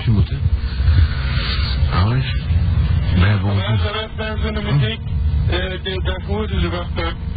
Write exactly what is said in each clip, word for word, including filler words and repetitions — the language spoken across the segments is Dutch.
als je moet, hè. Alex, we hebben ons... Ja, de rest van de muziek, uh, daar hoorden ze wat...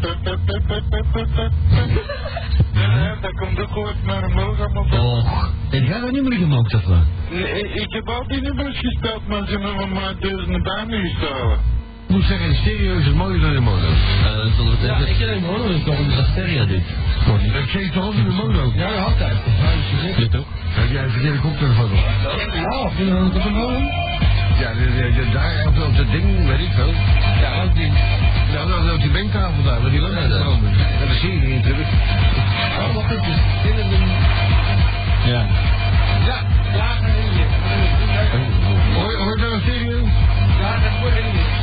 Ja, daar komt ook ooit maar een mogen op. Och, en ga dat niet meer gemaakt, of wat? Nee, ik heb al die nummers gespeeld, maar ze hebben maar duizenden banen gestolen. Ik moet zeggen, in stereo is het mooier dan in mono. Uh, zullen we het even... Ja, ik ken een mono, ik kom omdat stereo dit. Ik zeg toch ook in de mono? Ja, ja, altijd. Dit ook? Heb jij een verkeerde koptelefoon op? Ja, of je een koptelefoon? Ja, de, de, de, daar op dat ding, weet ik veel. Ja, ook die... Nou, dan op die banktafel daar, waar die loopt uit komen. En dan zie je niet terug. Oh, wat is het? Ja. Ja. Ja, hier. Hoor, hoor daar een stereo? Ja, dat wordt er niet.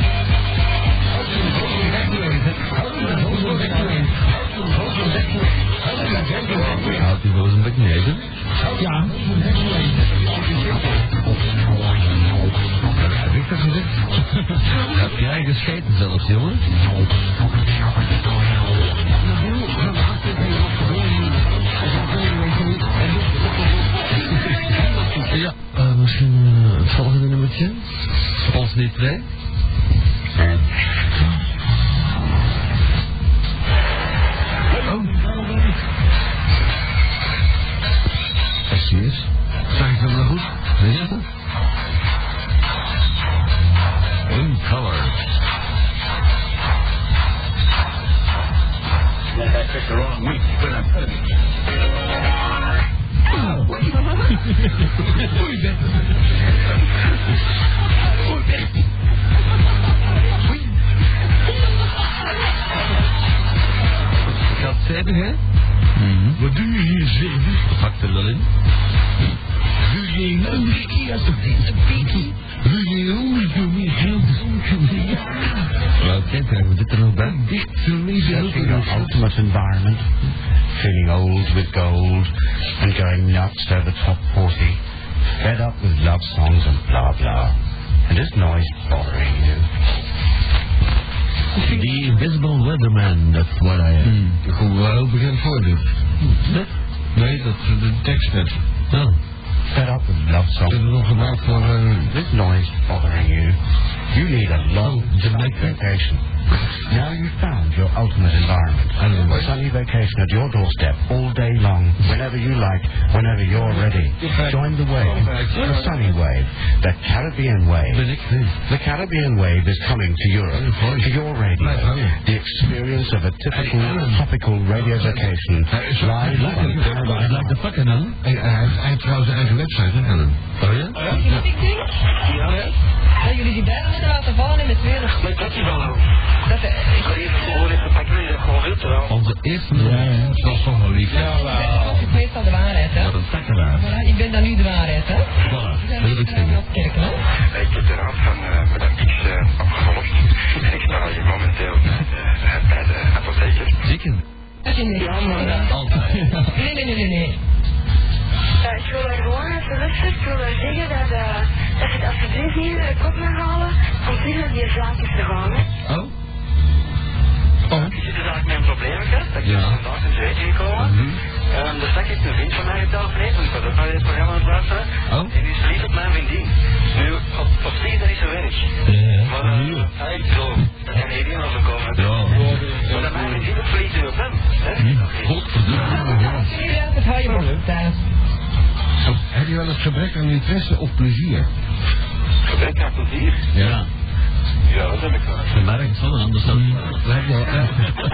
Houdt hij wel eens een beetje nezen? Ja. Heb ik dat gezegd? Heb jij gescheten zelfs, jongen? Ja, uh, misschien uh, het volgende nummertje. Ons niet vrij. Oh. Serieus? Zag ik dat nou goed? Weet je dat? In color. Yeah, I picked the wrong week to put on penny. Oei, Ben. Oei, Ben. Ik had zeven, hè? Mm-hmm. Wat doe je hier, zeven? Pak er wel in. Wil je een andere keer alsjeblieft een beetje? Wil je een voor meer geld? Well, kijk, we zitten er nog bij. Dicht zo lezen. Your ultimate environment, feeling old with gold and going nuts over top forty, fed up with love songs and blah blah, and this noise bothering you. The Invisible Weatherman, that's what I am. Hmm. Goed, waar heel bekend voorbeeld. Dat? Nee, dat is de tekst net. Oh. Fed up with love songs. Dat is nog gemaakt voor... Uh... This noise bothering you. You need a long Oh, Jamaica. vacation. Now you've found your ultimate environment. A sunny vacation at your doorstep all day long, whenever you like, whenever you're ready. Join the wave, the sunny wave, the Caribbean wave. Ben ik? Nee. The Caribbean wave is coming to Europe, to your radio. The experience of a typical tropical radio vacation live on Hij lijkt de fucking aan. Hij, hij, heeft, hij heeft trouwens zijn eigen website, hè, Ellen? Oh ja? Wat ik denk? Ja. Dat jullie die beiden moeten laten vallen in met twee. Met dat is wel ook. Dat is... Ik ga even gewoon even pakken, dat gewoon veel te wel. Onze eerste nummer. Ja, dat was toch wel lief. Ja, dat is meestal de waarheid, hè? Wat een takkelaar. Voilà, ik ben dan nu de waarheid, hè? Voilà, dat wil ik zeggen. Opkerken, hè? Ik heb de raad van uh, Madame X uh, opgevolgd. En ik sta hier momenteel uh, bij de apotheker. Zieken. Dat is niet anders. Altijd. Nee, nee, nee, nee, nee. Uh, ik wil er gewoon even rustig, ik wil er zeggen dat, uh, dat je het alsjeblieft niet in de kop mag halen, om tegen die zaakjes te gaan, hè. Oh? Oh. Ik zit dus eigenlijk met een probleempje, dat ik Ja. dus vandaag in Zweedje gekomen. Mm-hmm. Um, dus dat ik een vriend van mij getelefoneerd, want ik was ook naar dit programma aan het luisteren. Oh? En die is verliefd op mijn vriendin. Nu, op, op zich dat is zo erg. Ja, Maar ja. uh, hij is zo, dat kan hier niet overkomen. Ja. Maar dat mijn vriendin ook verliefd is op hem. Hè? Godverdomme. Ja, het hou je maar thuis. Heb je wel eens gebrek aan interesse of plezier? Gebrek aan plezier? Ja. Ja, dat heb ik wel. Je merkt van, anders dan... Lijkt wel, hè?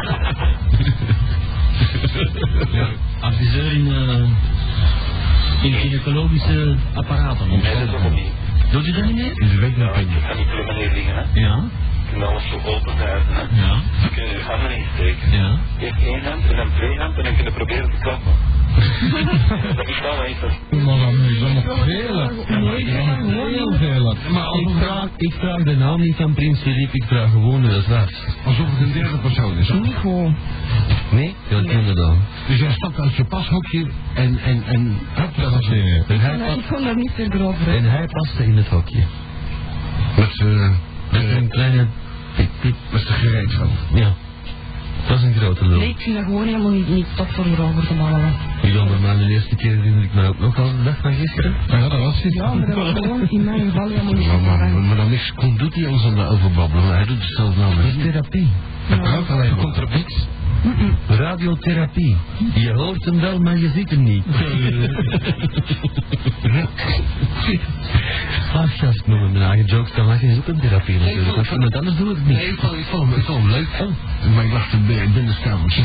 Adviseur in, uh, in gynaecologische apparaten. Nee, dat is ook niet. Doet u dat niet meer? Dus weet Ja, nog ik niet. ga niet prima neer liggen, hè. Ja. Je kunt alles zo open buiten, hè. Ja. Dan kun je je handen insteken. Ja. Eerst één hand en dan twee handen en dan kun je proberen te klappen. Dat is wel eens. Maar dan is dat nog veel. Heel veel. Maar als Ik het vraag, ik vraag de naam niet van Prins Philippe, ik vraag gewoon hoe dat was. alsof het een derde persoon is. Niet gewoon. Nee? Ja, dat doen we dan. Dus jij stapt uit je pashokje en, en, en, hup, dat was weer. En hij, Ik past, vond daar niet verder over. en hij paste in het hokje. Met, uh, Met een kleine piep, piep. met de gereedschap. Ja. Dat is een grote lul. Nee, ik vind dat gewoon helemaal niet, niet top voor erover te ballen. Ja, maar de eerste keer herinner ik me ook nog al de dag van gisteren. Ja, dat was het. Ja, maar dat was gewoon in mijn geval helemaal niet. Ja, maar, maar dan niks komt, doet hij ons dan overbabbelen. Hij doet het zelf nou Dat niet. is therapie. Hij praat alleen maar. Komt er op niks. Radiotherapie. Je hoort hem wel, maar je ziet hem niet. Ach, ja, als ik nog met mijn eigen jokes kan lachen, is ook een therapie natuurlijk. Als iemand anders doet het niet. Nee, ik vond, ik vond, hem, ik vond hem leuk. Oh. Maar ik lachte b- binnenskamers.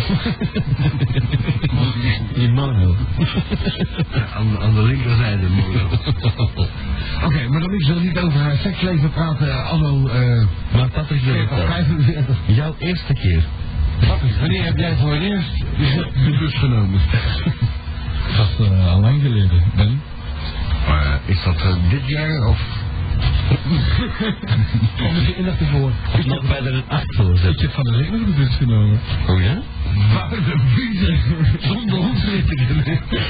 Die mono. aan, aan de linkerzijde. Oké, okay, maar dan is er niet over haar seksleven praten, anno... Uh, maar Patrick, vijfenveertig. Jouw eerste keer. Patrick, wanneer heb jij voor het eerst de bus genomen? Dat is uh, al lang geleden, Ben. Maar is dat uh, dit jaar of... Of misschien nog ervoor. Of nog bij de acht voor Ik heb van de week nog de bus genomen. Oh ja? Waar de biezen zonder hoefrittingen.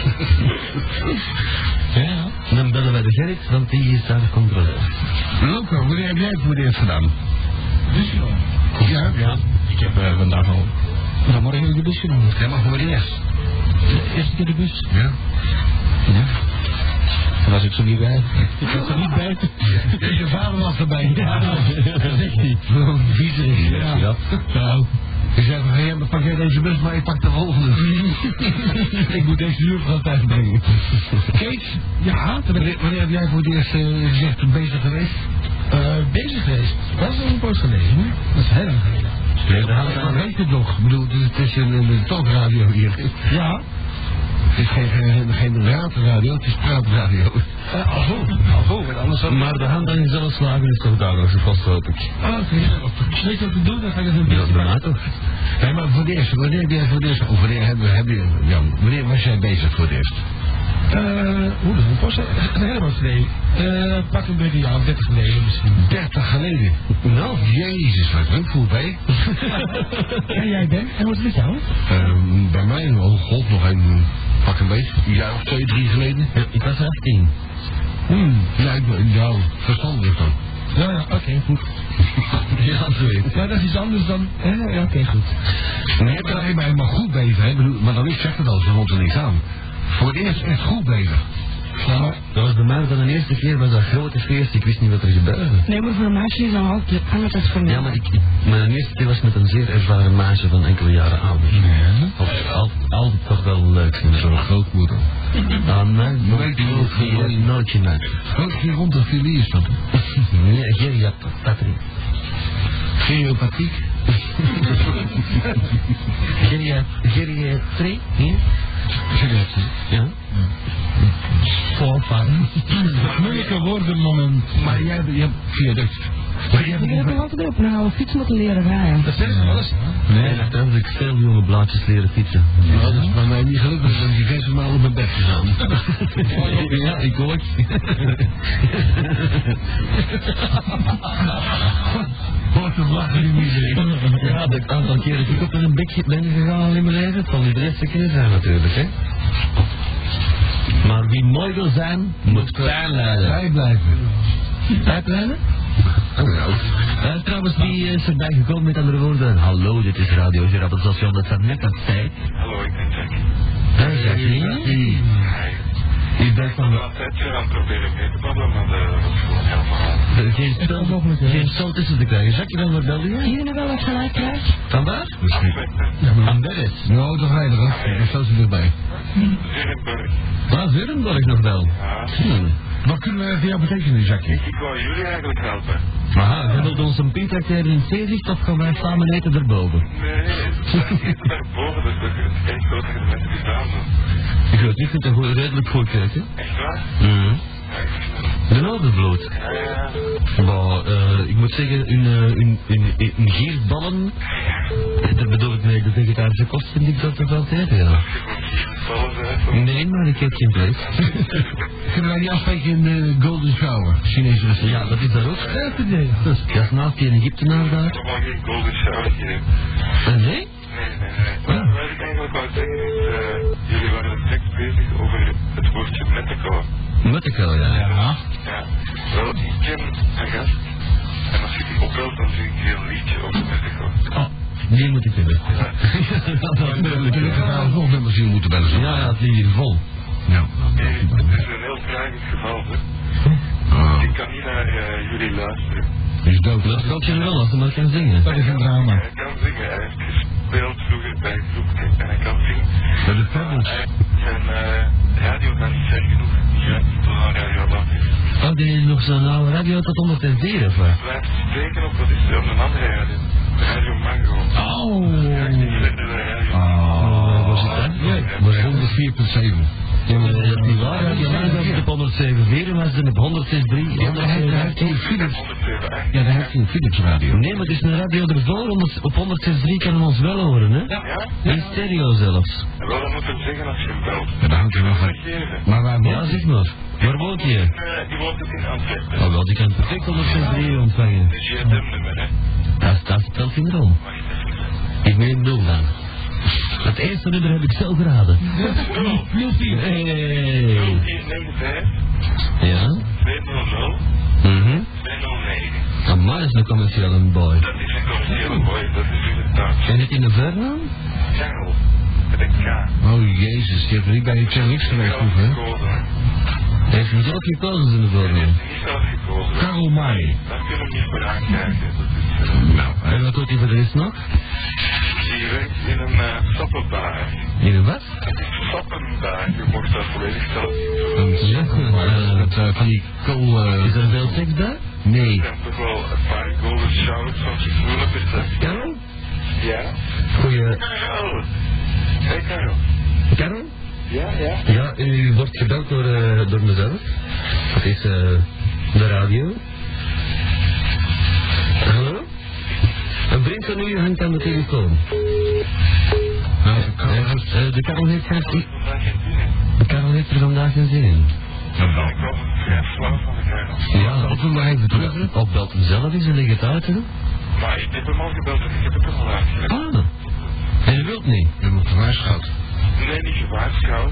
Ja. Dan bellen wij de Gerrit, want die is daar de controle. Loco, wanneer heb jij het voor het eerst gedaan? Bus genomen? Ja? Ja. Ik heb uh, vandaag al... Vanmorgen heb ik de bus genomen. Jij mag voor het eerst. De eerste keer de bus. Ja? Ja. Daar was ik zo niet bij. Ik was er niet bij. Ja, je vader was erbij. Ja, dat zegt hij. Oh, viezerig. Ja. Ja. Nou. Je zegt, hey, pak jij deze bus, maar ik pak de volgende. Ik moet deze uur van tijd brengen. Kees? Ja? Wanneer, wanneer heb jij voor het eerst uh, gezegd bezig geweest? Uh, bezig geweest? Dat is al een post geleden, hè? Dat is heel lang geleden. Ja, dat weet het nog. Ik bedoel, het is een, een talkradio hier. Ja. Het is geen, geen, geen raadradio, het is praatradio. Uh, al zo, al zo, en anders dan... Maar de hand aan jezelf slagen is toch daar nog zo vast, hoop ik. Ah, oké. Okay. Weet je wat ik doe? Dan ga ik het een Ja, dat beetje is bij mij maken. toch. Nee, maar voor het eerst, wanneer heb jij voor het eerst, of wanneer heb, heb je, Jan, wanneer was jij bezig voor het eerst? Eh, hoe dat is een post? Een hele post geleden. Eh, pak een beetje, ja, dertig geleden misschien. dertig geleden. Nou, jezus, wat leuk voel bij. En jij bent? En wat is het met jou? Um, bij mij, oh god, nog een, pak een beetje, een jaar of twee, drie geleden. Ja, ik was achttien. Hmm, ja, ik ben, nou, verstandig dan. Ja, ja, oké, okay, goed. Ja, dat weet ik. Ja, dat is iets anders dan... Eh, ja, oké, okay, goed. Nee, ik ben alleen maar goed bezig, hè, bedoel, maar dan ik zeg het al, ze vond er niks aan. Voor het eerst echt goed bezig. Ja, maar... Dat was bij mij dan de eerste keer, was dat grote feest, ik wist niet wat er gebeurde. Nee, maar voor een meisje is dat altijd anders dan voor mij. Ja, maar ik, ik, mijn eerste keer was met een zeer ervaren meisje van enkele jaren ouder. Ja. Of altijd, altijd toch wel leuk vind ik. Zo'n grootmoeder. Ah, nee, Je weet die nooit, grootmoeder. nooit, nooit gemaakt. Grootje rond de filie is dat. Nee, geriapatriek. Geopathiek. Geriatrie? Ja? Geriatrie. Ja. Voorvallen. Moeilijke woorden, moment. Maar jij hebt, je hebt viaduct. Maar jij Ik heb hebt nog altijd op een oude fiets moeten leren rijden. Dat is alles. Nee, en achteraf heb ik veel jonge blaadjes leren fietsen. Nou, dat is bij mij niet gelukt, ik ben diverse malen op mijn bed gegaan. Ja, ik ook. Wat een lachen die muziek. Ja, dat aantal keer dat ik op een bekje ben gegaan in mijn leven, het zal niet de eerste keer zijn natuurlijk, hè. Maar wie mooi wil zijn, moet pijn lijden. Wij blijven. Pijn lijden? Oh, ja, ook. Uh, trouwens, wie is erbij gekomen met andere woorden? Hallo, dit is Radio Gerard Station, dat staat net aan tijd. Hallo, ik ben Jackie. Hé, Jackie. Hi. Ik ben van Ik de... ben altijd weer aan het proberen mee te babbelen, maar dat was gewoon helemaal... Geen stel, geen stel tussen te krijgen. Jackie, dan wat belde je? Jullie wel wat gelijk krijgt? Van waar? Ja, Van Berres. nou, toch heilig, hè? Dat staat ze erbij. Zerenburg. Waar Zurenborg nog wel? Ja. Hmm. Wat kunnen we voor jou betekenen, Jackie? Ik wou jullie eigenlijk helpen. Aha, je wilt ons een pintacteren in zeezicht of gaan wij samen eten erboven? Nee, het is niet daarboven, dus dat is echt groot dat je de mensen die staan doen. Ik weet niet, ik vind het een redelijk goed keuken. Echt waar? Mhm. Ja, ik vind het. De Noordervloed. Ja, ja. Maar, uh, ik moet zeggen, hun, uh, hun, hun, hun gierballen, daar bedoel ik mee de vegetarische kost, vind ik dat toch wel tegen, ja. Nee, maar ik heb geen vlees. Kunnen wij niet afspreken in de Golden Shower, Chinese restaurant? Ja, dat is daar ook. Dat is naast die Egyptenaar daar. Ik mag geen golden shower geven. Ah, nee? Nee, nee, nee. Maar wat ik eigenlijk wou zeggen is, uh, jullie waren direct bezig over het woordje mettico. Mettico, ja. Ja. Ja. Wel, ik ken een gast. En als je die opbelt, dan zie ik een heel liedje over mettico. Oh, Die moet ik hebben. Ik ga nog nummers die moeten bellen. Ja, ja, het ligt hier vol. Ja. Nee, het is een heel tragisch geval, hè. Oh. Ik kan niet naar uh, jullie luisteren. Is dood. Dat kan je wel als ze maar kan zingen. Dat is een drama. Hij kan zingen, hij heeft gespeeld vroeger bij Groepke en hij kan zingen. Bij de Pebbles. Hij- Zijn uh, radio gaat niet ver genoeg. Ja, tot een radio lang is. Oh, die heeft nog zo'n oude radio tot honderdvier of wat? Blijft steken op, wat is er, op een andere radio. Radio Mango. Oh. Ja, ik niet verder de radio. Oh. Waar zit dat? Ja, was honderdvier komma zeven. Ja, maar dat is niet waar. Radio Mango zit op honderdzeven komma vier, maar ze zijn op honderdzes komma drie. Ja, maar hij hij heeft een Philips. honderdzeven komma acht. Ja, daar heeft hij een Philips radio. Nee, maar het is een radio ervoor, omdat op honderdzes komma drie kan ons wel horen, hè? Ja? In stereo zelfs. En wel, dan moet hem zeggen als je hem belt. Ja, dat hangt er wel van. Gegeven. Maar waar Ja, woont zeg maar. Waar woont je? Uh, die woont ook in Antwerpen. Oh, wel, die kan perfect honderdzes komma drie ontvangen. De G S M-nummer, hè. Dat, dat stelt geen rol. Wacht even. Ik meen nul dan. Het eerste nummer heb ik zelf geraden. nul vier Hey. nul vier negen vijf Ja? tweehonderd Mhm. tweehonderd negen. Amai, dat is een commerciële boy. Dat is een commerciële boy, dat is uw taak. En zit in de vernaam? Karel. Met een K. Oh jezus, die heeft niet bij H L X geweest Zelf vroeger, hè? gekozen, hè. Hij heeft niet zelf gekozen in de Hij vernaam. heeft niet zelf gekozen. Karel Maai. Daar kunnen we niet voor aankijken. Dat is, uh, Nou, En wat doet hij voor de rest nog? die werkt in een uh, sappenbaar. In een wat? Sappenbaar, je mocht dat volledig zelf een Ja, zeg, dat uh, van die kool... Uh, Is er veel seks bij? nee. Er zijn toch wel een paar golden showers van citroenen perceptie. Karel? Ja? Goeie... Karel! Hey Karel. Karel? Ja, ja? Ja, u wordt gebeld door, uh, door mezelf. Het is uh, de radio. Hallo? Een vriend van u hangt aan de telefoon. Nou, de Karel heeft... Uh, de Karel heeft geen zin. Vandaag geen zin in. De Karel heeft er vandaag geen zin in. Dan ben ik wel vrij flauw van de Karel. Ja, Of we maar even terug. of belt hem zelf eens en leg het uit, hè? Maar ik heb hem al gebeld en ik heb het hem al uitgelegd. Ah. En u wilt niet. Je moet gewaarschuwd. Nee, niet gewaarschuwd.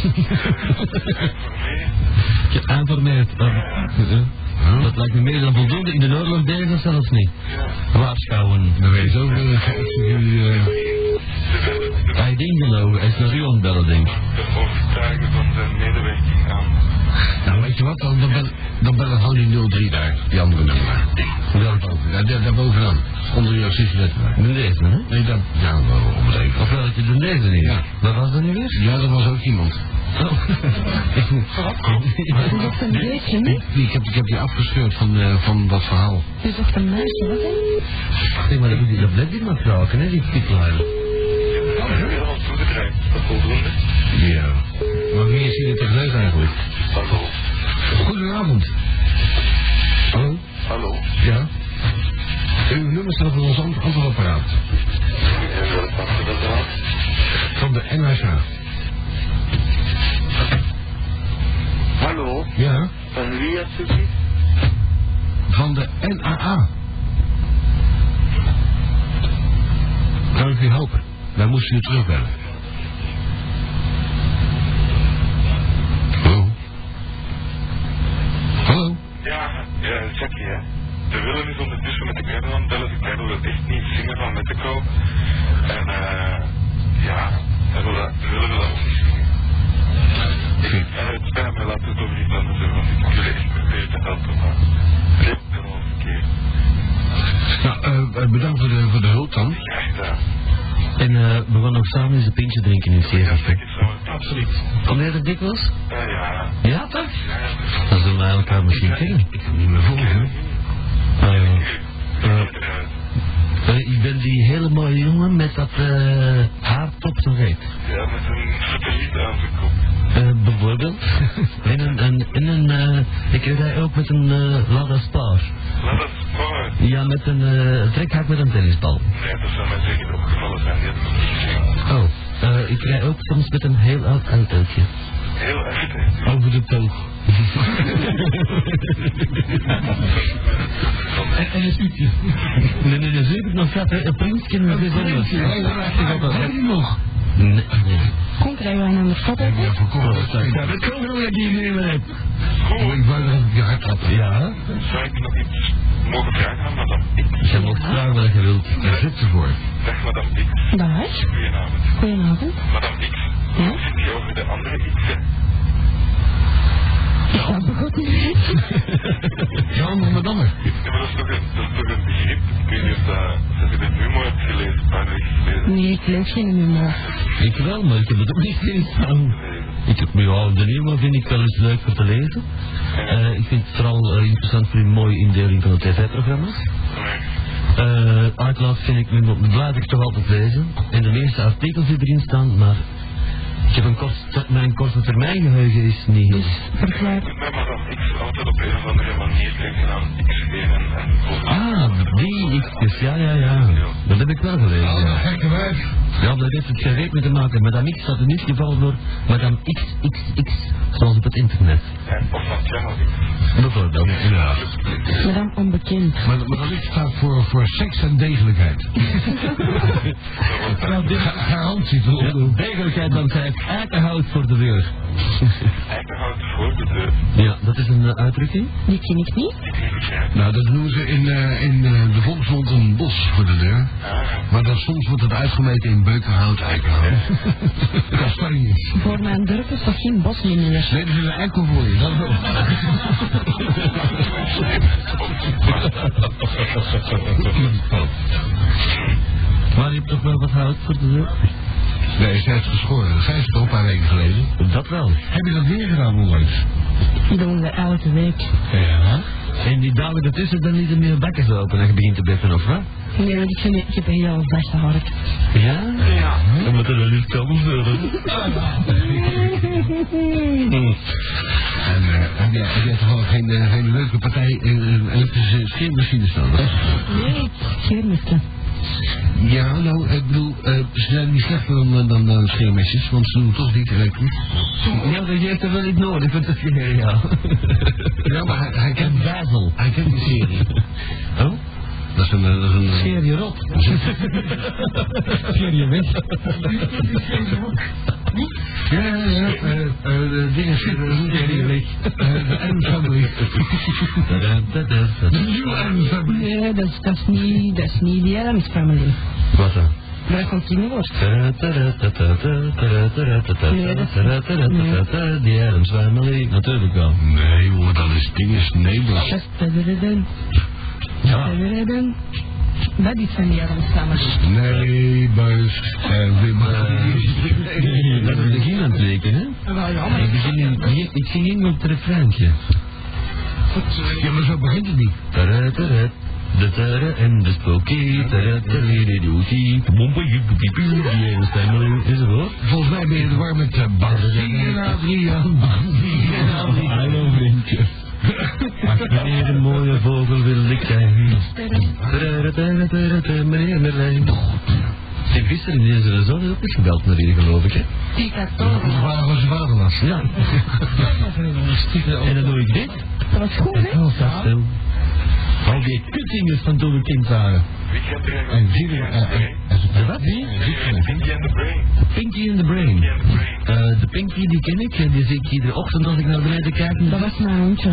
Geïnformeerd. Uh, dat lijkt me meer dan voldoende. In de oorlog deden ze dat zelfs niet. Waarschuwen. Dan weet je ook wel dat je... Hij is ingelogen. Hij is naar u aan het bellen, denk ik. De overtuigen van de medewerking aan. Nou, weet je wat, dan, dan, bel, dan bellen gewoon die nul drie daar, die andere nummer. Daarboven, daar, daar, daar bovenaan. Onder jouw sigaret. De deze, hè? Nee, daar, ja, wel om het even. Of welke de deze niet? Ja. Wat was dat nu weer? Ja, er was ook iemand. Oh. U zocht een meisje, hè? Die, die, ik, heb, ik heb die afgescheurd van, uh, van dat verhaal. U zocht een meisje, wat hè? Zeg maar, dat, dat blijft niet maar kraken, hè, die piepelaar. Ja, helemaal toegedraaid. Dat voldoende. Ja. Maar wie is hier tegelijk eigenlijk? Hallo. Goedenavond. Hallo? Hallo. Ja? Uw nummer staat op ons ant- antwoordapparaat. En welk past er dat aan? Van de N H A. Hallo. Ja? Van wie alsjeblieft? Van de N A A. Kan ik u helpen? Wij moesten u terugbellen. Hallo? Hallo? Ja, ja, Jackie, hè. De Willem is ondertussen met de Karel aan het bellen. De Karel wil echt niet zingen van Metteco. En, eh, ja, hij wil dat, de Willem wil dat ook niet zingen. En het spijt me, laat het over iets anders doen, want ik wil echt proberen te helpen, maar dit kan wel verkeerd. Nou, uh, bedankt voor de, voor de hulp dan. Graag gedaan. En uh, we gaan nog samen eens een pintje drinken in het Ja, zeven. zeker zo. Absoluut. Kom jij er dikwijls? Ja, ja. Ja, toch? Ja, Dan zullen wij elkaar misschien kennen. Ik kan niet meer volgen. Uh, uh, ja. uh, ik ben die hele mooie jongen met dat uh, haar tot zijn reet. Ja, met een satelliet aan zijn kop. Uh, bijvoorbeeld. en een, en, en een uh, ik rij ook met een uh, Lada Spar. Laat dat sparen. Ja, met een uh, trekhak met een tennisbal. Nee, dat zou mij zeker opgevallen zijn. Die had ik nog niet gezien. Oh, uh, ik rij ook soms met een heel oud autootje. Heel echt, hè. Over de toog. En, en een tuutje. Nee, nee, dat is ik nog zat, hè. Een prinsje en een bijzonder. Nee, dat heb ik nog. Nee, nee. Kom, krijgen wij een foto? Ja, verkocht. Ja, dat kan wel dat je hier mee hebt. Oh, ik wou dat ik je hart had. Ja? Zou ik nog iets mogen vragen aan madame X? Je mocht vragen wat je wilt. Daar zit ze voor. Dag madame X. Dag. Goedenavond. Goedenavond. Madame X, Ja? hoe vind je over de andere X'en? Ik snap het goed niet. Ja, maar madame. Ja, maar dat is toch een, dat is toch een begrip? Ik weet niet of dat, of je dit nu maar hebt gelezen, een paar weken geleden. Nee, ik lees geen nummer. Ik wel, maar ik heb het ook niet eens staan. Ik heb me ja, de Nemo vind ik wel eens leuk voor te lezen. Uh, ik vind het vooral uh, interessant voor een mooie indeling van de tv-programma's. Uh, Uitlaat vind ik, blijf ik toch altijd lezen. En de meeste artikels die erin staan, maar ik heb een kort, mijn korte termijn geheugen is niet. Dus, verklaar. Met madame X altijd op een of andere manier denken aan X één en, en Ah, die X'jes, ja, ja, ja. Dat heb ik wel gelezen. Oh, Ja, gekke wijf. ja dat heeft het geen reet mee te maken. Madame X staat in dit geval door Madame X X X, zoals op het internet. en of van Channel X. Bijvoorbeeld, ja. Madame onbekend. Maar, maar dat staat voor, voor seks en degelijkheid. Ja, dit- Garantie te Ja, doen. degelijkheid dan zei ik eikenhout voor de deur. Eikenhout voor de deur. Ja, dat is een uh, uitdrukking. Die ken ik niet. Ik niet begrijp. Nou, dat noemen ze in, uh, in uh, de volksmond een bos voor de deur. Ah, Maar dan soms wordt het uitgemeten in beukenhout, eikenhout. Kastanjes. Voor mijn dorp is toch geen bos meer meer. Nee, dat is een eikel voor je. Dat wel. Maar je hebt toch wel wat hout voor de deur? Nee, zij is geschoren. Zij is toch een paar weken geleden. Dat wel. Heb je dat weer gedaan onlangs? Die doen we elke week. Ja. En die dagen ertussen dan niet meer bakken open en je begint te beffen, of wat? Nee, want ik, vind, ik heb een heel zachte hart. Ja? Ja. Dan moet er wel eens komen vullen. En uh, heb jij heb jij toch wel geen, uh, geen leuke partij uh, elektrische scheermachine staan? Nee, scheermesje. Ja, nou, ik bedoel, uh, ze zijn niet slechter dan, dan, dan scheermesjes, want ze doen toch niet elektrisch. Ja, dat heeft er wel niet nodig, want dat is geen ja. Ja, maar hij, hij kent Bazel. hij kent die serie. Oh? Dat is een... Dat is een Scheer je rot. Scheer je weg. ja, ja, ja. Uh, uh, de dingen zitten... Scheer je weg. De Adams Family. De nieuwe Adams Family. Nee, dat is, dat is niet, dat is niet die Adams Family. Wat dan? Dat komt in de worst. Die Adams Family, natuurlijk wel. Nee hoor, dat is dinges Nederlands. Dat is tadadadun. Ja. Tadadadun. Dat is van die Adams Family. Nee, buis en Wim. Dat is het begin aan het leken, hè? Wel ja, maar Ik begin in, ik ging in op het refreintje. Ja, maar zo begint het niet. Taratara, de tara en de spooky, taratarididoetie, bompajupiepiepie, die Adams Family, is het hoor? Volgens mij ben je er warm met uh, Barbie en Adriaan. Barbie en Adriaan. Hallo vriendje. Ach, meneer een mooie vogel wil ik zijn. Taratara, meneer Merlijn. Die visser in deze zon is ook eens gebeld naar hier, geloof ik, hè? ik had Dat toch. was waar was zijn vader was. Ja. En dan doe ik dit. Dat was goed, hè? Oh, dat stil. Al die kutzingers van toen we kind waren. wie kent er En eigenlijk? zie je... De wat? Wie? Pinky and the Brain. Pinky in the Brain. Pinky and the Brain. Uh, de Pinky die ken ik en die zie ik iedere ochtend als ik naar beneden kijk. Dat was mijn hondje.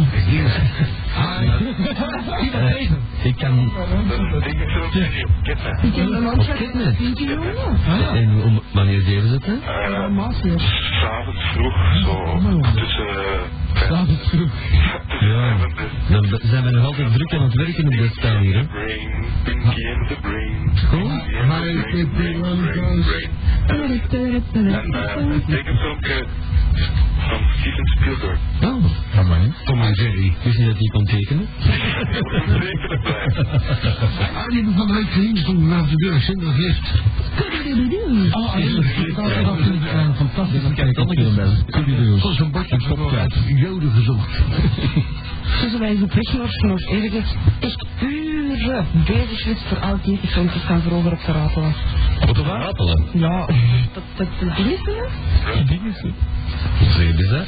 Uh, ik kan... Dat is een tekenfilmpje op Kidnet. Ik heb mijn hondje. Op Kidnet. Pinky jongen. En om, wanneer geven ze het, hè? Uh, Maas hier. S'avonds vroeg, zo tussen... Uh, S'avonds vroeg. tussen Ja. vijf en zes. Dan zijn we nog altijd druk aan het werken op dat spel hier, hè? Brain, Pinky and the Brain. Cool. Pinky and the Brain, brain, brain, brain. En uh, een tekenfilmpje van Steven Spielberg. Oh, Van mij. Tom en Jerry. ik wist niet dat hij kon tekenen. Tekenen blijven. Ah, die hebben van de week gezien, stond naast de deur. Sinter gift. Oh, eigenlijk. Dat vind ik uh, fantastisch. Dan kijk ik ook weer bij. Dat is een bordje van Joden gezocht. Dus wij zijn wegmorsen of ergens echt uren bezig geweest voor al die filmpjes van vroeger op te ratelen. Wat een apelen. Ja, dat, dat, dat ding is er. Zeer bizar.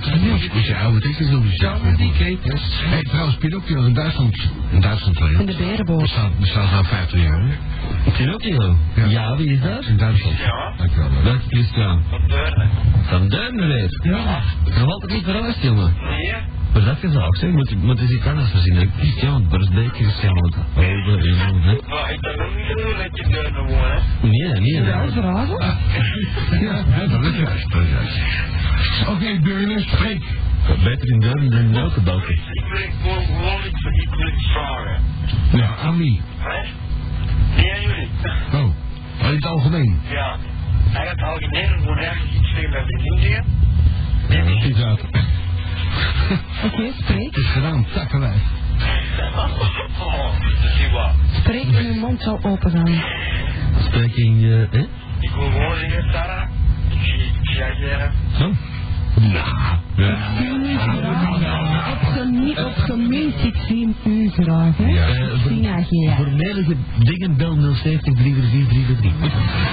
Moet je oude teksten doen. Ja, die ketens. Hé, trouwens, Pinocchio in Duitsland. In Duitsland En alleen. de berenboot. Bestaat, bestaat al vijftig jaar, hè? Pinocchio? Ja. Ja, wie is dat? In Duitsland. Ja. Dankjewel. Welke Christian? Van Deurne. Van Duinen weer. Ja. Nog altijd niet verhuisd, jongen. Nee. Maar dat gezegd, zeg. Moet, moet eens iets anders verzinnen. Christian, Borsbeek, Christian, wat over, en hè? Maar ik heb ook niet gedaan dat je Deurne woont, hè. Nee, nee, Ja, nee. vragen? Ja, hè, dat is juist. Dat is juist. Oké, Deurne, spreek. Beter in Duinen dan in welke balken. Ik wil gewoon gewoon iets ik wil iets vragen. Ja, aan wie? Hè? Nee, aan jullie. Oh, maar in het algemeen. Ja. Hij gaat algemeen gewoon ergens iets zeggen dat ik Indië. Ja, dat Iets uit. Oké, spreek. Het is gedaan, takkenwijs. Oh, dat is niet waar. Spreek en uw mond zal open gaan. Spreking, eh, hè? Ik wil gewoon zeggen, Sarah, ik zie ik zie ageren. Zo? Ja. Ja. Op zijn op zijn minst, ik zie u graag, hè? Ja. Ik zie ageren. Voor meerdere dingen bel nul zeven drie vier vier drie drie.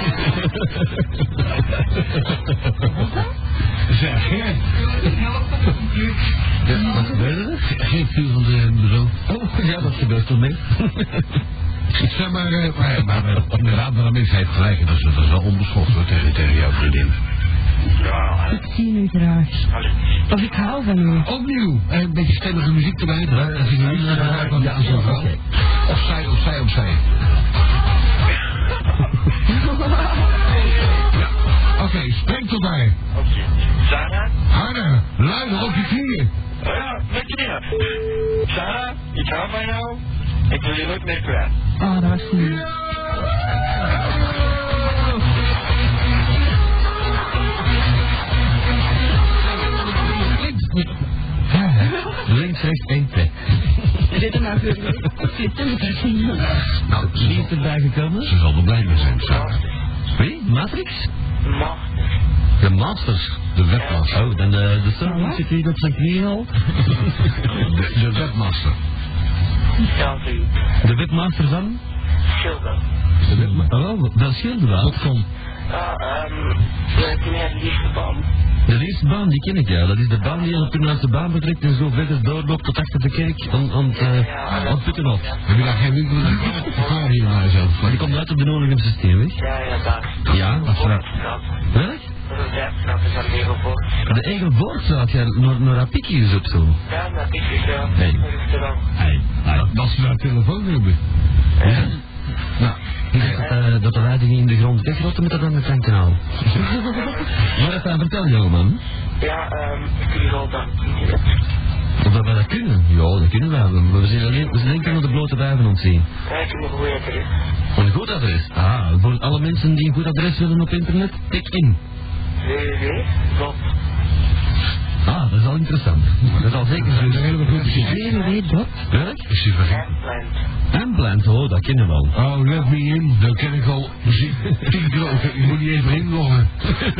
Zeg, Gert. Ja, wat gebeurde er? Geen vuur van de bureau. Oh, ja, dat gebeurt toch mee? Ik zeg maar, eh, maar, maar, maar inderdaad, maar mensen heeft gelijk. Dat is, dat is wel onbeschoft hoor, tegen, tegen jouw vriendin. Ja, Ik zie u graag. allee. Of ik hou van u. Opnieuw, eh, een beetje stemmige muziek erbij. Ja, als ik niet gebruik van Ja, zo'n vrouw. oké. Opzij, opzij, opzij. Ja, oké, spreek tot mij. Oké. Sarah? Harder, luider, op je knieën. Oh ja, met knieën. Sarah, ik hou van jou. Ik wil je nooit meer kwijt. Oh, dat was niet. Links, rechts, één, twee. Dit is maar voor zitten met zien. Nou, Wie is erbij gekomen? ze zal er blij mee zijn, Sarah. Wie? Matrix? Maar, De Masters. De webmaster. Oh, dan de, de Sun zit hier op zijn knieën al. De, de webmaster. ja, zie. De webmaster van? Schilder. De webmaster. Oh, dat scheelde wel. Wat komt? Ja, ehm, we kunnen het liefste baan. De eerste baan, die ken ik ja. Dat is de baan die je op de naast de baan betrekt en zo verder doorloopt tot achter de kerk aan, aan, het, uh, aan het Puttenhof. Heb je daar geen winkel in? Ga hier naar jezelf. Maar die komt uit op de Nottingham systeem, weet je? Ja, ja, daar. Ja, Wat is dat? Straat. Welk? Dat is de straat is aan Legelvoort. De eigen woordstraat, ja, naar, naar Apikjes op zo. Ja, dat is het, ja. Nee. Dat is het dan. Hey, hey. Dat ze daar telefoon hebben. Ja. Nou, Ik dacht dat, uh, dat de leidingen in de grond wegrotten met dat aan het tankkanaal. Maar even vertel, jongeman. Ja, ehm, ik wil al dan. Of dat wij dat kunnen? Ja, dat kunnen wij. Maar we zijn alleen, we zijn enkel naar de blote wijven ontzien. Ja, ik heb een goede adres. Een goed adres? Ah, voor alle mensen die een goed adres willen op internet, tik in. www. Dot. Ah, dat is al interessant. Dat is al zeker zo. een hele goede muziek. www dot. Welk? Is die vergeten? Handplant. Amplant, oh, dat kennen we al. Oh, let me in. Dan ken ik al muziek. tien keer. Ik moet niet even inloggen.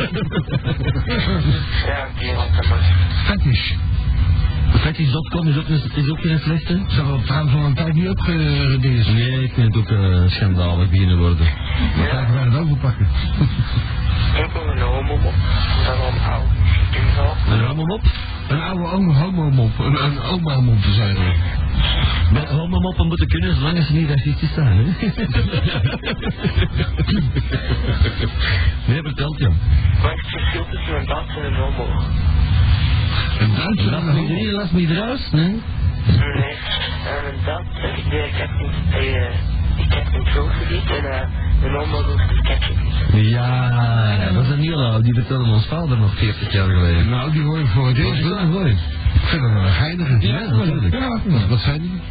Ja, oké, wat kan maar. Fetish. Fetish punt com is ook, een- is ook geen slechte. Is dat trouwens al een tijd niet opgedingest? Nee, ik vind het ook uh, schandalig beginnen worden. Dan ga ik wij het overpakken. Ik wil een homo-mop. Dat is al oud. Ik zo. Een homomop? Een oude oom, homo-mop. Een, een oma-mop te zijn. Bij homomoppen moeten kunnen, zolang ze niet racistisch zijn, hè? Nee, vertelt je. Wat is het verschil tussen een dans en een homo? Een Duitser Laat en me een homo. erin, laat me eruit, nee? Nee, en een dans, ik ik heb een, eh, ik heb een troostgebied en eh, een homo doet een sketchgebied. Ja, dat is een heel oud, die vertelde ons vader nog veertig jaar geleden. Nou, die hoor ik voor het Dat eerst. is wel mooi. Ik vind het wel een geinige. Ja, natuurlijk. Ja, wat- wat zijn die?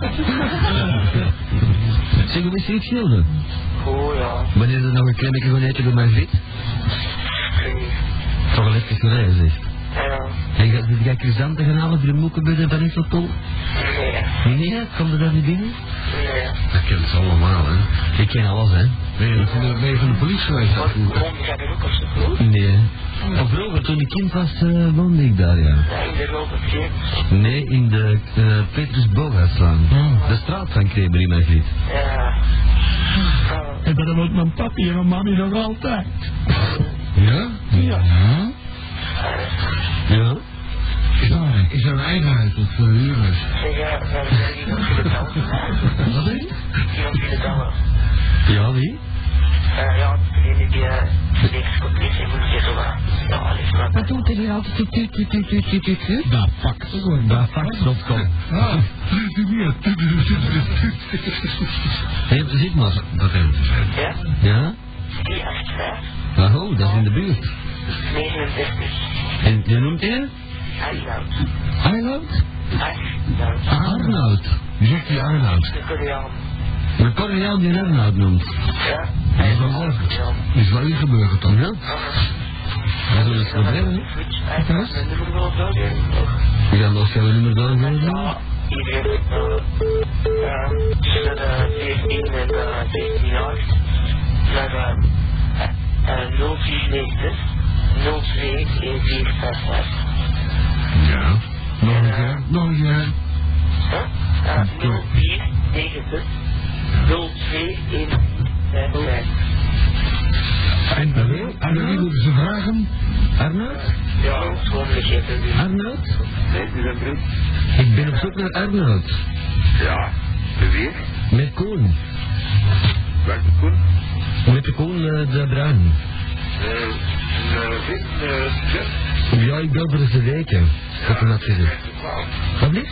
Zeg, hoe is die schilder? Oh ja, Wanneer er nog een klein beetje gaan eten door mijn fit? geen. Toch wel even geleden, zeg. Ja, En ga jij chrysanten gaan halen voor de moekenbudden van Isselpol? nee, Nee, komt er daar niet binnen? nee. Dat kent ze allemaal, hè. Ik ken alles, hè. Ben je van de, ben je van de politie geweest? Wat, daarvoor? waarom gaat er ook op zijn vloer? Nee. Of vroeger, toen ik kind was, uh, woonde ik daar, ja. Ja, in de rode veer. Nee, in de uh, Petrus Bogatslaan. Oh. De straat van Kremer in mijn griet. Ja. Oh, En dat wordt mijn papi en mijn mami nog altijd. Ja? Ja. Ja? Ja? Is er, is er een eigen huis of uh, huurhuis? Zeg, ja, we hebben iemand voor de bel. Wat is het? Iemand voor de bellen. Ja, wie? Uh, ja, degene die uh, voor deze komt lezen, moet je zo uh, ja, alles maar. Wat doet er hier altijd? Tuut, tuut, tuut, tuut, tuut, tuut, tuut, tuut? Da fax. Da fax punt com. Ah, Hé, zit maar. dat heeft te zijn. Ja? Ja? drie acht vijf Oh, dat is in de buurt. negenenzestig. En je noemt je? Arnoud. Arnoud? Arnoud. Arnoud. Wie zegt die Arnoud? De Koreaan. De Koreaan die Arnoud noemt. Ja? Hij is wel zelf. Ja. Is wel ingeburgerd dan? Ja? Dat is wel eens probleem, hè? Hij heeft mijn nummer wel doorgeven, toch? Ja, nog gaan we nummer doorgeven? Ja, iedereen heeft nou, ja, tussen de veertien en de zestien jaar, naar uh, nul vier negen zes nul twee een vier vijf vijf. Ja. Nog een keer, nog een keer. Huh? nul vier negen zes nul twee een vijf vijf. En aan wie moeten ze vragen? Arnoud? Ja, gewoon vergeten die. Arnoud? Nee, die zijn drie. Ik ben op zoek naar Arnoud. Ja, de wie? Met Koen. Welke Koen? Met de Koen uh, de Bruin. Eh, een Vin, eh, Jet. Ja, ik bel voor eens te weken. Wat hem had gezegd. Wat is?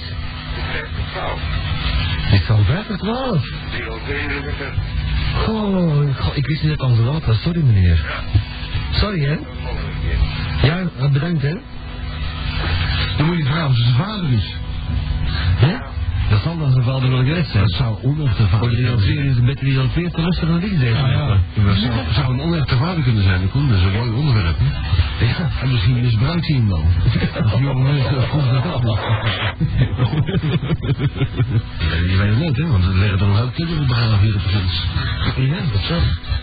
Het is al vijf voor twaalf. Die al twee uur met een... Oh, ik, ik wist niet dat het al zo laat was. Sorry, meneer. Sorry, hè? Ja, bedankt, hè? Dan moet je vragen of ze zijn vader is. Hè? Dat zal dan zijn vader wel geweest zijn. Dat zou onechte vader Voor de zijn. serie is een beetje die al veel te lustig dan ik deze. Ja, ja. Dat zou, zou een onechte vader kunnen zijn, Koen. Dat is een mooi onderwerp, hè? Ja. En misschien misbruikt hij hem dan. Als jonge mensen vroeg dat af. Ja, je weet het niet, hè? Want er liggen dan een hoop kinderen begraven hier op de grens. Ja, dat zal.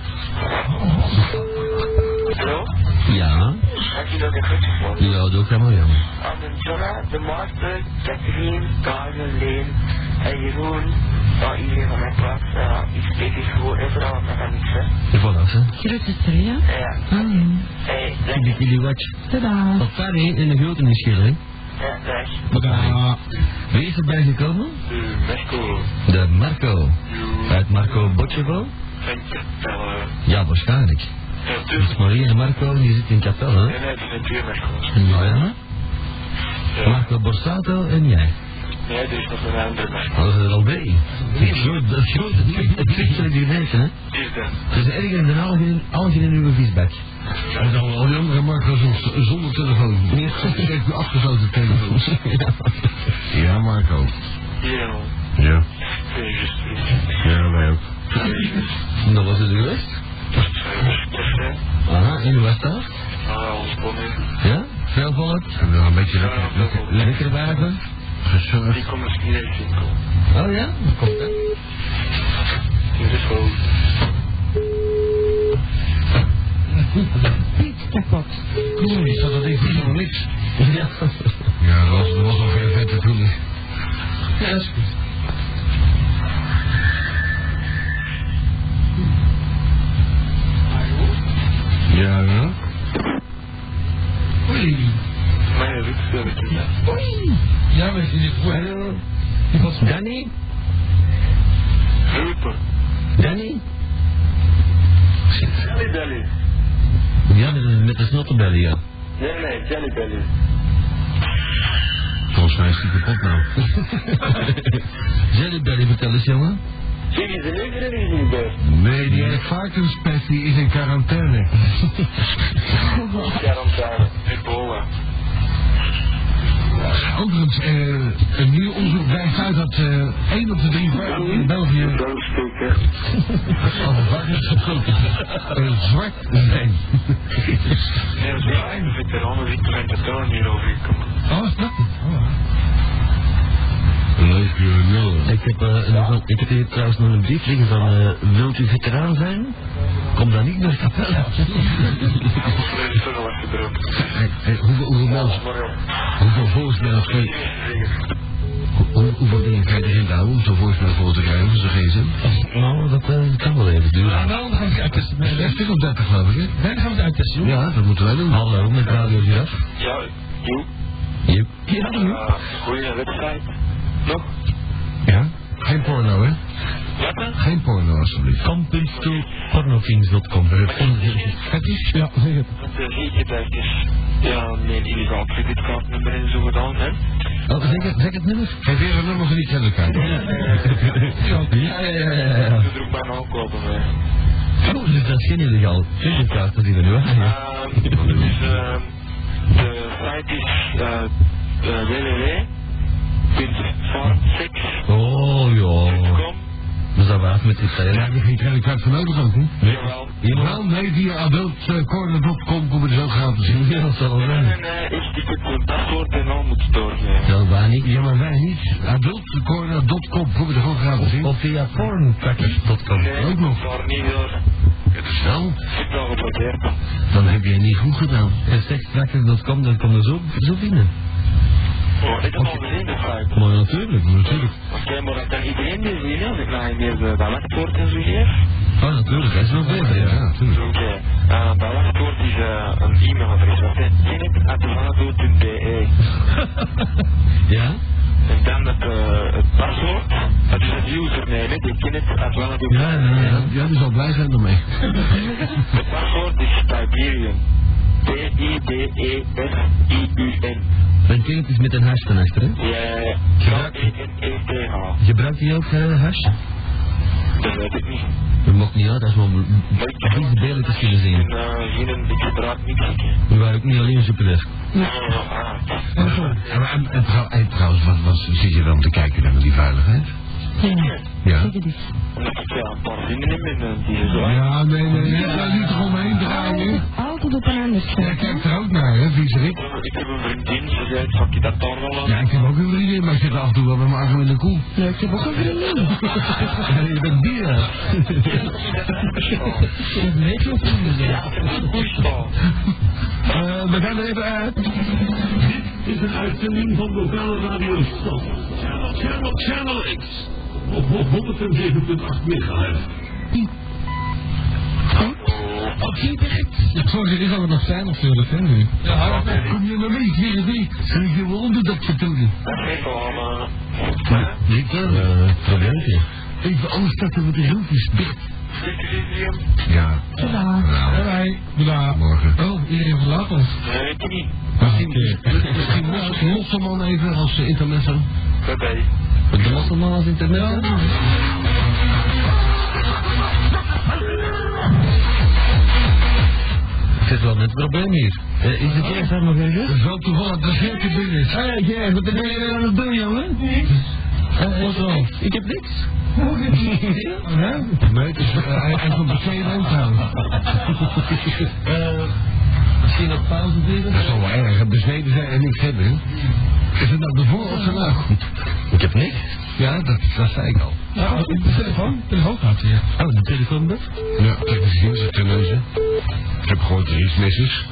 Hallo? Ja. Heb je nog een goed gevonden? Ja, doe ik helemaal jammer. Aan de Jonna, de Master, Catherine, Carmen, Leen en Jeroen. Ja, iedereen van mijn plaats. Ja, ik spreek dus gewoon overal met hem niks, hè. Voilà, hè. Grote ster, ja? Ja. Ah, Hey, Ik lekker. ben die watch. tada. Wat fijn, hè? In de grote is schil, hè? Ja, dag. Ja. Wie is erbij gekomen? De Mexico. De Marco. Uit Marco Botjevo? Van Capelle. Ja, waarschijnlijk. Ja, Dus dus... Marie en Marco, die zitten in Capelle, hè? Nee, nee, het zijn twee Mexico's. Ja, ja. Ja. Marco Borsato en jij. Nee, er is nog een andere Mexico. Dat is er al bij. Het groot, dat groot, het vliegt, het vliegt er die mensen, hè? Die is dat. Het is erger dan algen, algen in uw visbak. En dan al die andere Marco zonder, zonder telefoon. Ja. Kijk, de afgesloten telefoons. Ja, Marco. Hier al. Ja. Ben je juist vriend. Ja, wij ook. Dat was het geweest. Café. Aha, en hoe was dat? Ah, ons bonnet. Ja? Veel volk? En dan een beetje lekker, lekker, lekker Lekker wagen? gezorgd. Die komt misschien niet eens winkel. Oh ja? Dat komt hè? Hier is gewoon. Iets kapot. Cool, is dat dat even helemaal niks? Ja. Ja, dat was, dat was al veel vet natuurlijk. Ja, dat is goed. Ja, ja. Oei. Maar je weet het wel niet. Oei. Ja, we zien het voor. Hallo? Die was Danny? Roepen. Danny? Jelly Belly. Ja, met, met de snottenbellen, ja. Nee, nee, Jelly Belly. Volgens mij is die kapot nou. Jellybelly, vertel eens, jongen. Zeg, is er nu er niet bij? Nee, die heeft varkenspest, die is in quarantaine. Quarantaine. Ebola. Overigens, eh, een nieuw onderzoek wijst uit dat eh één op de drie varkens in België Doodsteken. als varkens gesproken uh, zwart zijn. Nee, dat is waar. De veteranen die zijn vertellen hierover gekomen. Oh, is dat? Oh. Leuk, joh. Ik heb, uh, nog een, ik heb hier trouwens nog een brief liggen van, uh, wilt u veteraan zijn? Kom dan niet naar Capelle. Er is toch al afgedroomd. Hey, hey, hoeveel, hoeveel mensen, Maar ja. hoeveel voicemails kun je, hoe, hoeveel dingen kan je erin houden om zo'n voicemail voor te krijgen, zo geen zin? Nou, dat uh, kan wel even Ja, duren. wel, dan gaan we het uittesten. Dat is stuk op dertig geloof ik, hè? Nee, dan gaan we het uittesten, joh. Ja, dat moeten wij doen. Hallo, met Radio Giraf. Ja, joh. Yep. Ja, nu. Uh, goeie website. Nog? Ja? Geen porno, hè? Wat dan? Geen porno, alsjeblieft. com punt pornokings punt com. Het is? Ja, zeg het. Want uh, zie je dat is ja, mijn illegaal creditcardnummer en zo gedaan, hè? Oh, zeg het, zeg het nummer. Geef weer een nummer van die creditcard. Ja, ja, ja, ja, ja. Dat doe ik bijna ook kopen, hè. Oh, dus dat is geen illegaal creditcard dat die we nu hebben. Ja. Uh, dus uh, de site is uh, uh, w w w punt farmsex punt com. Oh, ja. Dus dat was met die Daar stijl. heb je geen creditcard voor nodig ook, hè? Nee. Jawel. Wel, nee, via adultcorner punt com komen we er zo gratis in. Ja, dat zal wel Nee, zijn. nee, nee, ik heb een paswoord en al moet doorgeven. Dat waar niet. Ja, maar wij niet. adultcorner punt com komen we er gewoon gratis in. Of via porntrackers punt com. Nee, Ook nog. daar niet door. Het is wel. Ik heb het al geprobeerd. Dan heb je niet goed gedaan. En sekstrackers punt com, dan kom je zo, zo binnen. Oh, ik heb al gezien de site. Maar natuurlijk, natuurlijk. Oké, maar dat kan iedereen meer zien, als ik nou meer de wachtwoord en zo geef. Oh, natuurlijk, dat is wel beter, ja. Ja, natuurlijk. Oké, uh, dat wachtwoord is uh, een e-mailadres, wat is kennet at vanado punt b e. Ja? En dan het, uh, het paswoord, dat is het username, hè, die kennet at vanado. Ja, ja, ja. Ja, die zal blij zijn ermee. Het paswoord is Tiberian. T I B E S I U N. Dan ken het is met een hash ten achter, hè? Ja, K E N E T H. Gebruikt je ook uh, hash? Dat weet ik niet. Dat maakt niet uit, dat is wel Maar ik heb iets beelletjes kunnen zien. En, uh, geen, ik gebruik niks. We waren ook niet alleen een superdesk. Ah, ah. En, en, en, trouw- en trouwens, wat, wat zit je dan te kijken naar die veiligheid? Ja. Ja. Zeg het eens. Omdat ik ja, een paar vrienden heb en uh, die zo. Ja, nee, nee, nee. Daar niet toch omheen draaien. Altijd op een ander Jij scherm. kijkt er ook naar, hè, viezerik? Ik heb een vriendin, ze zei, zal ik je dat daar wel aan? Ja, ik heb ook een vriendin, maar ik zit af en toe wel bij mijn arm in de koe. Nee, ik heb ook een vriendin. Ja, je bent bier. Dat weet je ook niet. Ja, ik heb een goeie staan. Eh, we gaan er even uit. Dit is een uitzending van lokale radio Stad. Channel, Channel, Channel X. Op honderdzeven komma acht megahertz. Wat zie je echt? Sorry, is dat nog zijn natuurlijk, hè, nu? Ja, kom je maar mee, weer wie? Kun je wel onder dat vertonen? Dat geeft wel aan, Maar, ik wel. Probleempje. Even anders starten we de hulpjes dicht. uh, Ja. Tada. Nou, Bye. Bedankt. morgen. Oh, iedereen verlaat ons. nee, weet je niet. Misschien, misschien los, Mosselman even als uh, intermezzo. Bye bye. De mosselman als internet, hè? Ik zit wel met het probleem hier. Uh, is het eerst daar nog ergens? Het is wel toevallig dat Gertje binnen is. Hé, jij, wat ben je aan het doen, jongen? Wat zo? Ik heb niks. Nee, het is, uh, hij hij is op de tweede lijn trouwens. Uh, misschien op pauze duren? Dat is wel wel erg, bezweden zijn en niks hebben. Hè? Is het nou de voor of daarna? Ik heb niks. Ja, dat, dat zei ik al. Ja, de telefoon. De telefoon gaat hier. Oh, de telefoon dat? Ja, technisch dienst, de neuzen. Ik heb gehoord er iets mis is.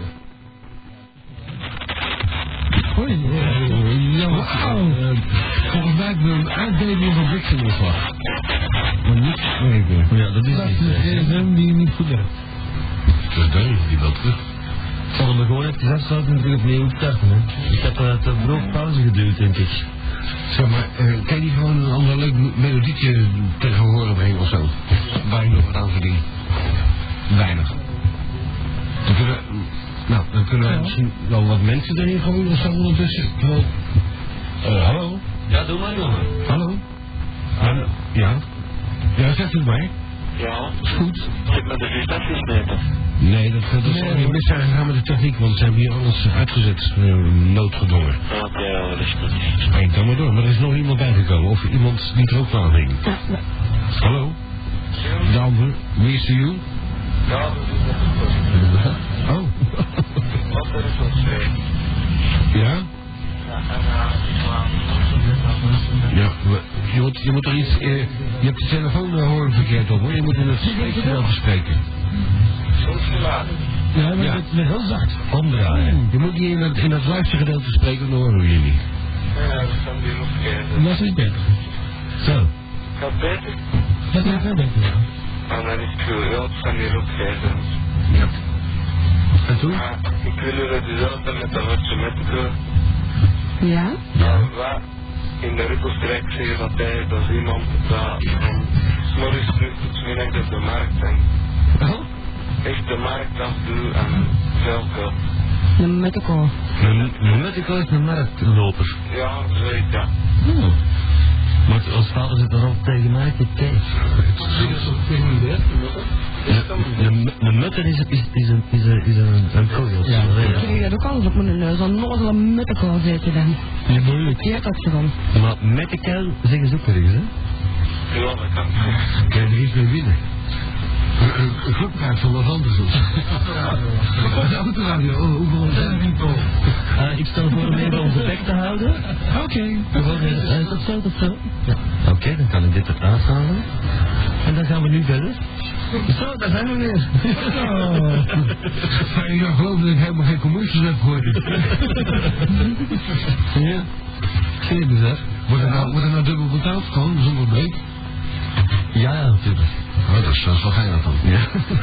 Hoi. Ja, wauw. Uh, volgens mij hebben we een aardbeving van blikseminslag. Maar niet spreken. Ja, dat is Dat is niet. de gsm die niet goed werkt. Dus daar is die wel terug. Zullen we gewoon even afsluiten en terug opnieuw starten, hè? Ik heb uh, te vroeg pauze geduwd, denk ik. Zeg maar, uh, kan je niet gewoon een ander leuk melodietje tegen horen brengen of zo? Waar je nog wat aan verdient? Weinig. Dan kunnen, nou, dan kunnen we misschien wel wat mensen erin gewoon of zo ondertussen. Terwijl, uh, hallo? Ja, doe maar, jongen. Hallo? Hallo? Ja? Ja, zegt het maar. Ja, Is goed. ik heb met de vistaties meten. Nee, dat, dat is nee, mis zijn gegaan met de techniek, want ze hebben hier alles uitgezet, uh, noodgedwongen. Oké, ja, dat is goed. Spreek dan maar door, maar er is nog iemand bijgekomen, of iemand die er ook wel aan hing. Hallo? De ander, wie is de you? Ja, dat is goed. Oh. Wat er is nog twee. Ja? Ja, en ja, Ja, we- je moet, je moet er iets, eh, je hebt de telefoon uh, horen verkeerd op hoor, je moet in het spreekgedeelte spreken. Ja, maar Ja. het is heel zacht. Omdraaien. Je moet niet in het, in het luistergedeelte spreken, dan horen we je niet. Ja, dat kan die nog vergeten. Dat is beter. Zo. Gaat beter? Dat is veel beter, ja. Ah, dan is het veel. Ja, het kan hier ook vergeten. Ja. En toen? Maar ik wil er dezelfde met de wat ze met de Ja? Ja. Wij in de Rukkelstrijk zeggen dat hij, dat is iemand dat van s'morgens terug tot 's middags op de markt en Oh? echt de markt afdoet en veel geld. Een mettekool. Een medical is een marktloper. Ja, zoiets, ja. Oh. Maar als vader zit er al tegen mij te kijken. Een een mutter is, is, is een, is een, is een, een kogel. Ja. Ik kreeg dat ook alles op mijn neus, een nozele mettekool zitten dan. Ja, moeilijk. Die had ze van. Maar mettekel zeggen ze ook ergens, hè? Ja, dat kan. Kan je er iets mee winnen? Een- Een groepkaart van Los Angeles. De autoradio, oh, hoeveel zijn er toch? Uh, ik stel voor om even onze bek te houden. Oké. Gewoon, uh, is dat zo, dat zo? Ja. Oké, okay, dan kan ik dit eruit halen. En dan gaan we nu verder. Zo, daar zijn we weer. Maar ik geloof dat ik helemaal geen commercials heb gehoord. Ja. Zie je bizar? Wordt er nou, wordt er nou dubbel betaald? Gewoon zonder break? Ja, ja, natuurlijk. Oh, dat is, dat is wel geinig dan. Ja.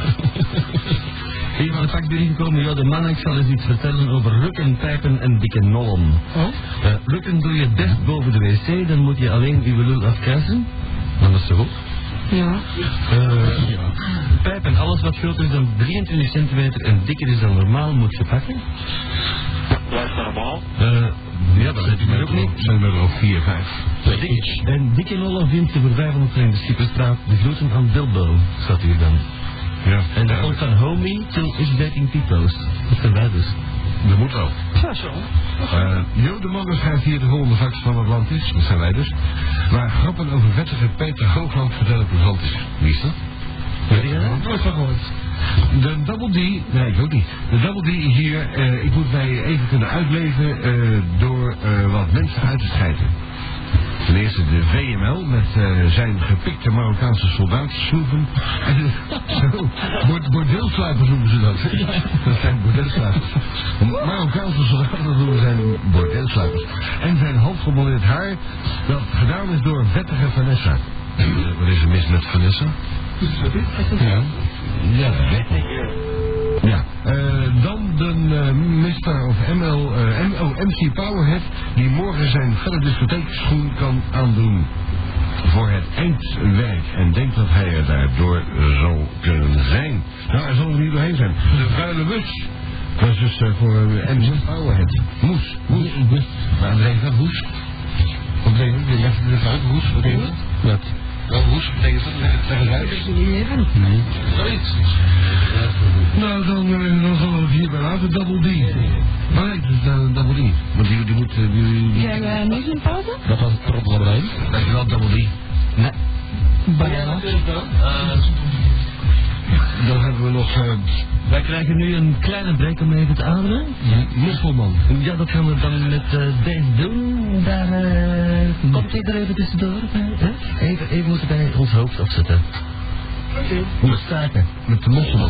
Hier van de vak binnengekomen, ja, de man, ik zal eens iets vertellen over rukken, pijpen en dikke nollen. Oh? Uh, rukken doe je het best boven de wc, dan moet je alleen uw lul afkuisen. Dan is het goed. Ja. Uh, ja. Pijpen, alles wat groter is dan drieëntwintig centimeter en dikker is dan normaal, moet je pakken. Blijft normaal. Uh, ja, dat heb je maar ook niet. Zijn er ook vier, vijf. Dik, en dikke nollen vindt je voor vijfhonderd in de Schipperstraat. De groeten van Bilbo, staat hier dan. Ja. En dat komt van Homie till is dating Tito's. Dat zijn wij dus. Dat moet wel. Ja, zo. Uh, Jo de Mannen schrijft hier de volgende fax van Atlantis. Dat zijn wij dus. Waar grappen over vettige Peter Hoogland vertellen plezant is. Wie is dat? Weet je dat? Nooit van gehoord. De Double D, nee ik ook niet. De Double D is hier, uh, ik moet mij even kunnen uitleven uh, door uh, wat mensen uit te scheiden. Ten eerste de V M L met uh, zijn gepikte Marokkaanse soldaatschroeven. En zo, bord, bordeelsluipers noemen ze dat. Dat zijn bordeelsluipers. Marokkaanse soldaten noemen zijn bordeelsluipers. En zijn hoofdgeblondeerd haar dat gedaan is door vettige Vanessa. En uh, wat is er mis met Vanessa? Ja, ja dat weet ik. Ja, uh, dan de uh, mister of M L, uh, M O M C Powerhead die morgen zijn felle discotheekschoen kan aandoen voor het eindwerk en denkt dat hij er daardoor zal kunnen zijn. Nou, hij zal er niet doorheen zijn. De vuile bus. Dat is dus uh, voor uh, M C Powerhead. Moes, moes. Maar André, wat moes? Wat betekent dat? Je legt het dus uit, moes, wat betekent dat? Wat? Wel, moes betekent dat? Leg het uit. Even. Nee. Zoiets. Nou, dan, uh, dan gaan we het hierbij laten, Double D. Maar nee, dus uh, Double D. Want die, die moet... Uh, die, die... Zijn we nu in pauze? Dat was het probleem. Dat is wel Double D. Nee. Banana. Dan hebben we nog... Uh, Wij krijgen nu een kleine break om even te ademen. Mosselman. Ja, dat gaan we dan met uh, deze doen. Daar uh, komt hij er even tussendoor. Hè? Even, even moeten wij ons hoofd afzetten. Hoe staken? Met de Mosselman.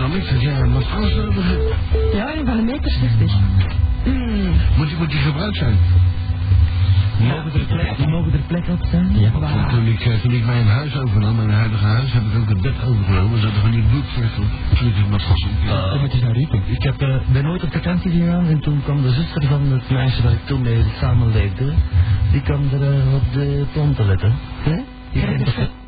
dan niet, dat jij wat alles over hebt. Ja, een van een meter zestig. Mm. Moet die, moet die gebruikt zijn? Mogen er plek, mogen er plek op zijn? Ja. Toen, toen, ik, toen ik mijn huis overnam, mijn huidige huis, heb ik ook het bed overgenomen. Er zaten van die bloedvlekmatras op. Uh, moet je nou riepen? Ik heb, uh, ben nooit op vakantie gegaan en toen kwam de zuster van het meisje waar ik toen mee samenleefde, die kwam er uh, op de planten letten. Hè? Die